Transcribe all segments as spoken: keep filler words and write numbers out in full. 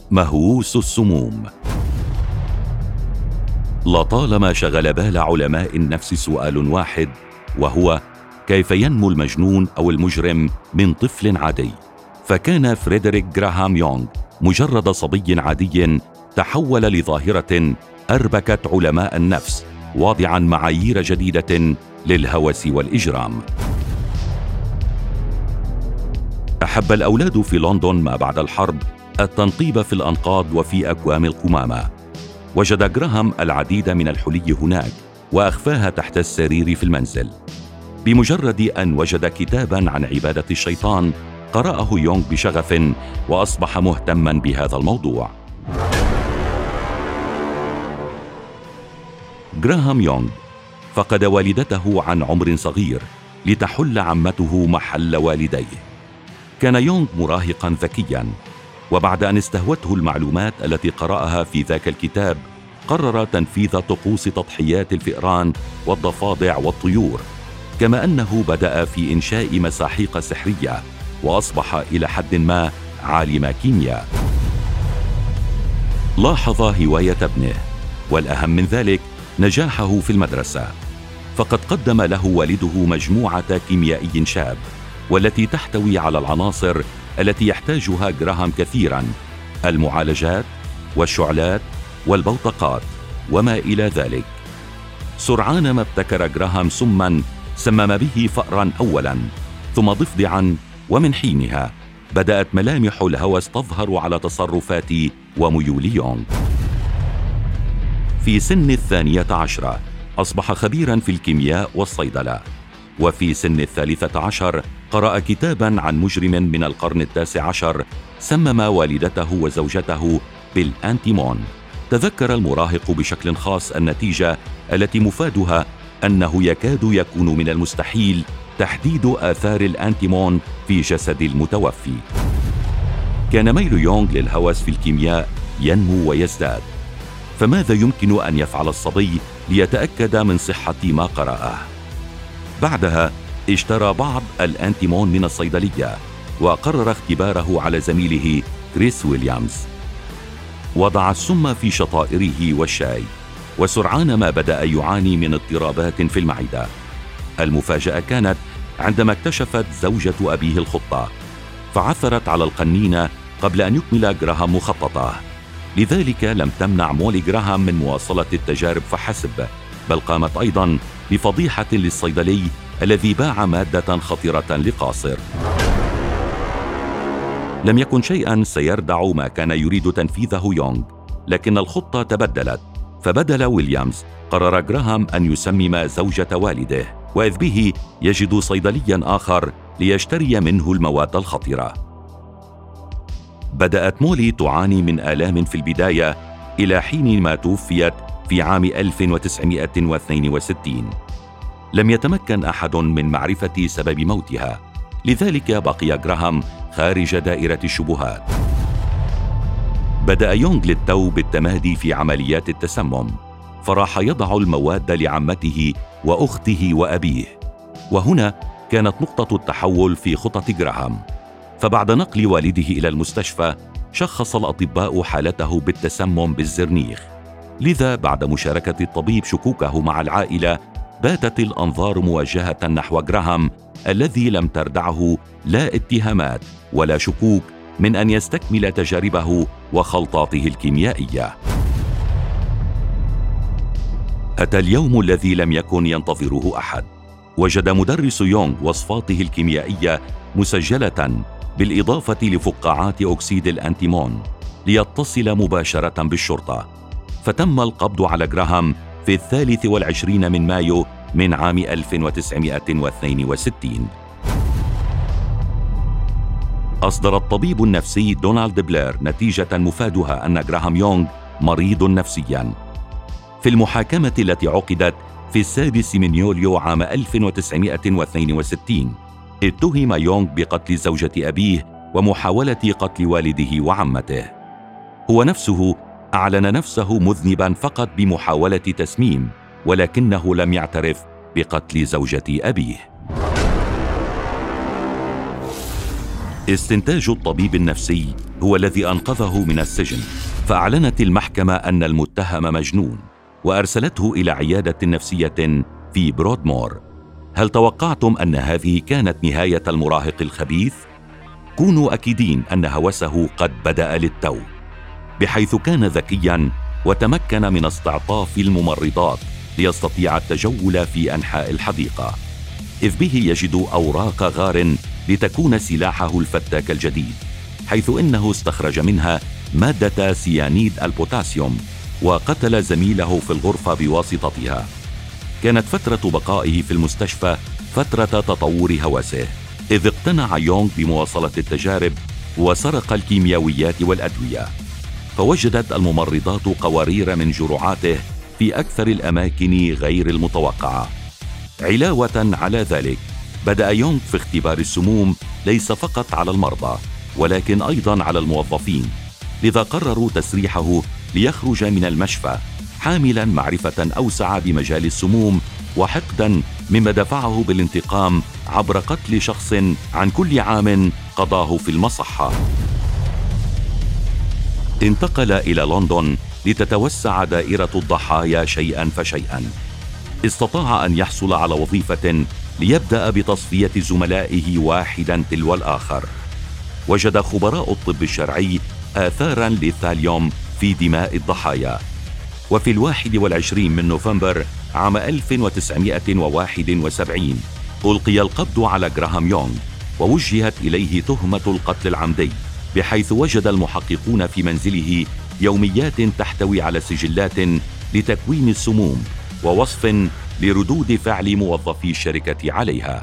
مهووس السموم. لطالما شغل بال علماء النفس سؤال واحد، وهو كيف ينمو المجنون أو المجرم من طفل عادي؟ فكان فريدريك غراهام يونغ مجرد صبي عادي تحول لظاهرة أربكت علماء النفس، واضعاً معايير جديدة للهوس والإجرام. أحب الأولاد في لندن ما بعد الحرب التنقيب في الأنقاض وفي أكوام القمامة. وجد غراهام العديد من الحلي هناك وأخفاها تحت السرير في المنزل. بمجرد أن وجد كتاباً عن عبادة الشيطان قرأه يونغ بشغف وأصبح مهتماً بهذا الموضوع. غراهام يونغ فقد والدته عن عمر صغير لتحل عمته محل والديه. كان يونغ مراهقاً ذكياً، وبعد أن استهوته المعلومات التي قرأها في ذاك الكتاب قرر تنفيذ طقوس تضحيات الفئران والضفادع والطيور، كما أنه بدأ في إنشاء مساحيق سحرية، وأصبح إلى حد ما عالم كيمياء. لاحظ هواية ابنه، والأهم من ذلك نجاحه في المدرسة، فقد قدم له والده مجموعة كيميائي شاب، والتي تحتوي على العناصر التي يحتاجها غراهام كثيراً: المعالجات والشعلات والبوتقات وما إلى ذلك. سرعان ما ابتكر غراهام سماً سمم به فأراً أولاً، ثم ضفدعاً، ومن حينها بدأت ملامح الهوس تظهر على تصرفات وميول يونغ. في سن الثانية عشرة أصبح خبيراً في الكيمياء والصيدلة، وفي سن الثالثة عشر قرأ كتاباً عن مجرم من القرن التاسع عشر سمم والدته وزوجته بالأنتيمون. تذكر المراهق بشكل خاص النتيجة التي مفادها أنه يكاد يكون من المستحيل تحديد آثار الأنتيمون في جسد المتوفي. كان ميل يونغ للهوس في الكيمياء ينمو ويزداد، فماذا يمكن أن يفعل الصبي ليتأكد من صحة ما قرأه؟ بعدها اشترى بعض الأنتيمون من الصيدلية، وقرر اختباره على زميله كريس ويليامز. وضع السم في شطائره والشاي، وسرعان ما بدأ يعاني من اضطرابات في المعدة. المفاجأة كانت عندما اكتشفت زوجة أبيه الخطة، فعثرت على القنينة قبل أن يكمل غراهام مخططه. لذلك لم تمنع مولي غراهام من مواصلة التجارب فحسب، بل قامت أيضاً بفضيحة للصيدلي الذي باع مادة خطيرة لقاصر. لم يكن شيئاً سيردع ما كان يريد تنفيذه يونغ، لكن الخطة تبدلت، فبدل ويليامز قرر غراهام أن يسمم زوجة والده، وإذ به يجد صيدلياً آخر ليشتري منه المواد الخطرة. بدأت مولي تعاني من آلام في البداية، إلى حين ما توفيت في عام ألف وتسعمائة واثنين وستين. لم يتمكن أحد من معرفة سبب موتها، لذلك بقي غراهام خارج دائرة الشبهات. بدأ يونغ للتو بالتمادي في عمليات التسمم، فراح يضع المواد لعمته وأخته وأبيه. وهنا كانت نقطة التحول في خطط غراهام، فبعد نقل والده إلى المستشفى شخص الأطباء حالته بالتسمم بالزرنيخ. لذا بعد مشاركة الطبيب شكوكه مع العائلة باتت الأنظار موجهة نحو غراهام الذي لم تردعه لا اتهامات ولا شكوك من أن يستكمل تجاربه وخلطاته الكيميائية. أتى اليوم الذي لم يكن ينتظره أحد. وجد مدرس يونغ وصفاته الكيميائية مسجلة بالإضافة لفقاعات أكسيد الأنتيمون ليتصل مباشرة بالشرطة، فتم القبض على غراهام في الثالث والعشرين من مايو من عام ألف وتسعمائة واثنين وستين. أصدر الطبيب النفسي دونالد بلير نتيجة مفادها أن غراهام يونغ مريض نفسياً. في المحاكمة التي عقدت في السادس من يوليو عام ألف وتسعمائة واثنين وستين، اتهم يونغ بقتل زوجة أبيه ومحاولة قتل والده وعمته. هو نفسه أعلن نفسه مذنباً فقط بمحاولة تسميم، ولكنه لم يعترف بقتل زوجة أبيه. استنتاج الطبيب النفسي هو الذي أنقذه من السجن، فأعلنت المحكمة أن المتهم مجنون وأرسلته إلى عيادة نفسية في برودمور. هل توقعتم أن هذه كانت نهاية المراهق الخبيث؟ كونوا أكيدين أن هوسه قد بدأ للتو، بحيث كان ذكياً وتمكن من استعطاف الممرضات ليستطيع التجول في أنحاء الحديقة، إذ به يجد أوراق غار لتكون سلاحه الفتاك الجديد، حيث إنه استخرج منها مادة سيانيد البوتاسيوم وقتل زميله في الغرفة بواسطتها. كانت فترة بقائه في المستشفى فترة تطور هوسه، إذ اقتنع يونغ بمواصلة التجارب وسرق الكيميائيات والأدوية، فوجدت الممرضات قوارير من جرعاته في أكثر الأماكن غير المتوقعة. علاوة على ذلك، بدأ يونغ في اختبار السموم ليس فقط على المرضى ولكن أيضاً على الموظفين، لذا قرروا تسريحه ليخرج من المشفى حاملاً معرفة أوسع بمجال السموم وحقداً، مما دفعه بالانتقام عبر قتل شخص عن كل عام قضاه في المصحة. انتقل إلى لندن لتتوسع دائرة الضحايا شيئاً فشيئاً. استطاع أن يحصل على وظيفة ليبدأ بتصفية زملائه واحداً تلو الآخر. وجد خبراء الطب الشرعي آثاراً للثاليوم في دماء الضحايا. وفي الواحد والعشرين من نوفمبر عام ألف وتسعمائة وواحد وسبعين ألقي القبض على جراهام يونغ، ووجهت إليه تهمة القتل العمدي، بحيث وجد المحققون في منزله يوميات تحتوي على سجلات لتكوين السموم ووصف لردود فعل موظفي الشركة عليها.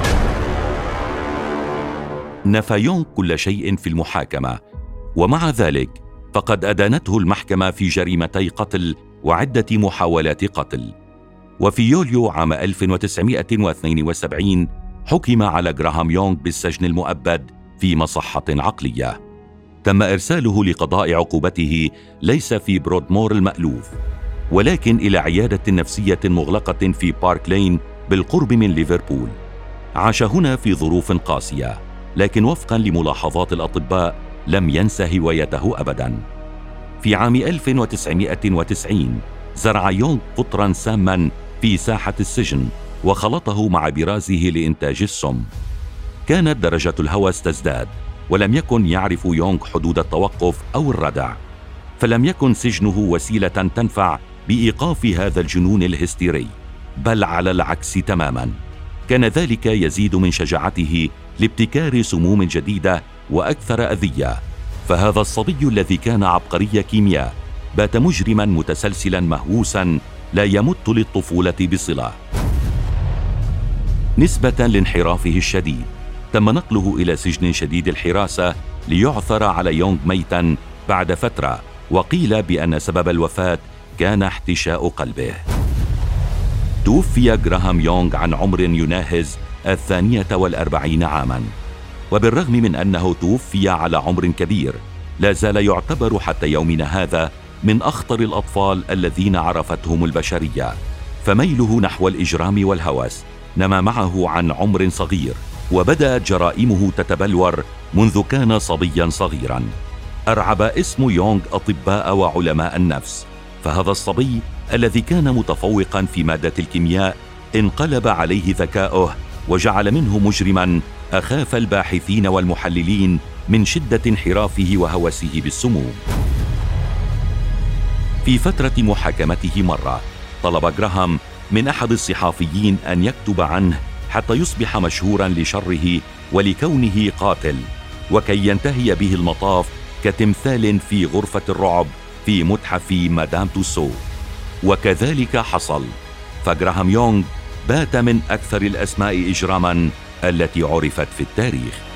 نفى يونغ كل شيء في المحاكمة، ومع ذلك فقد أدانته المحكمة في جريمتي قتل وعدة محاولات قتل. وفي يوليو عام ألف وتسعمائة واثنين وسبعين حكم على جراهام يونغ بالسجن المؤبد في مصحة عقلية. تم إرساله لقضاء عقوبته ليس في برودمور المألوف، ولكن إلى عيادة نفسية مغلقة في بارك لين بالقرب من ليفربول. عاش هنا في ظروف قاسية، لكن وفقاً لملاحظات الأطباء لم ينس هوايته أبداً. في عام ألف وتسعمائة وتسعين زرع يونغ قطراً ساماً في ساحة السجن وخلطه مع برازه لإنتاج السم. كانت درجة الهوس تزداد، ولم يكن يعرف يونغ حدود التوقف أو الردع، فلم يكن سجنه وسيلة تنفع بإيقاف هذا الجنون الهستيري، بل على العكس تماماً. كان ذلك يزيد من شجاعته لابتكار سموم جديدة وأكثر أذية. فهذا الصبي الذي كان عبقري كيمياء بات مجرماً متسلسلاً مهووساً لا يمت للطفولة بصلة. نسبة لانحرافه الشديد، تم نقله إلى سجن شديد الحراسة ليعثر على يونغ ميتاً بعد فترة، وقيل بأن سبب الوفاة كان احتشاء قلبه. توفي جراهام يونغ عن عمر يناهز الثانية والأربعين عاماً، وبالرغم من أنه توفي على عمر كبير لا زال يعتبر حتى يومنا هذا من أخطر الأطفال الذين عرفتهم البشرية. فميله نحو الإجرام والهوس نما معه عن عمر صغير، وبدأت جرائمه تتبلور منذ كان صبياً صغيراً. أرعب اسم يونغ أطباء وعلماء النفس، فهذا الصبي الذي كان متفوقاً في مادة الكيمياء انقلب عليه ذكاؤه وجعل منه مجرماً أخاف الباحثين والمحللين من شدة انحرافه وهوسه بالسموم. في فترة محاكمته مرة طلب جراهام من أحد الصحافيين أن يكتب عنه حتى يصبح مشهوراً لشره ولكونه قاتل، وكي ينتهي به المطاف كتمثال في غرفة الرعب في متحف مدام توسو. وكذلك حصل، فجراهام يونغ بات من أكثر الأسماء إجراماً التي عرفت في التاريخ.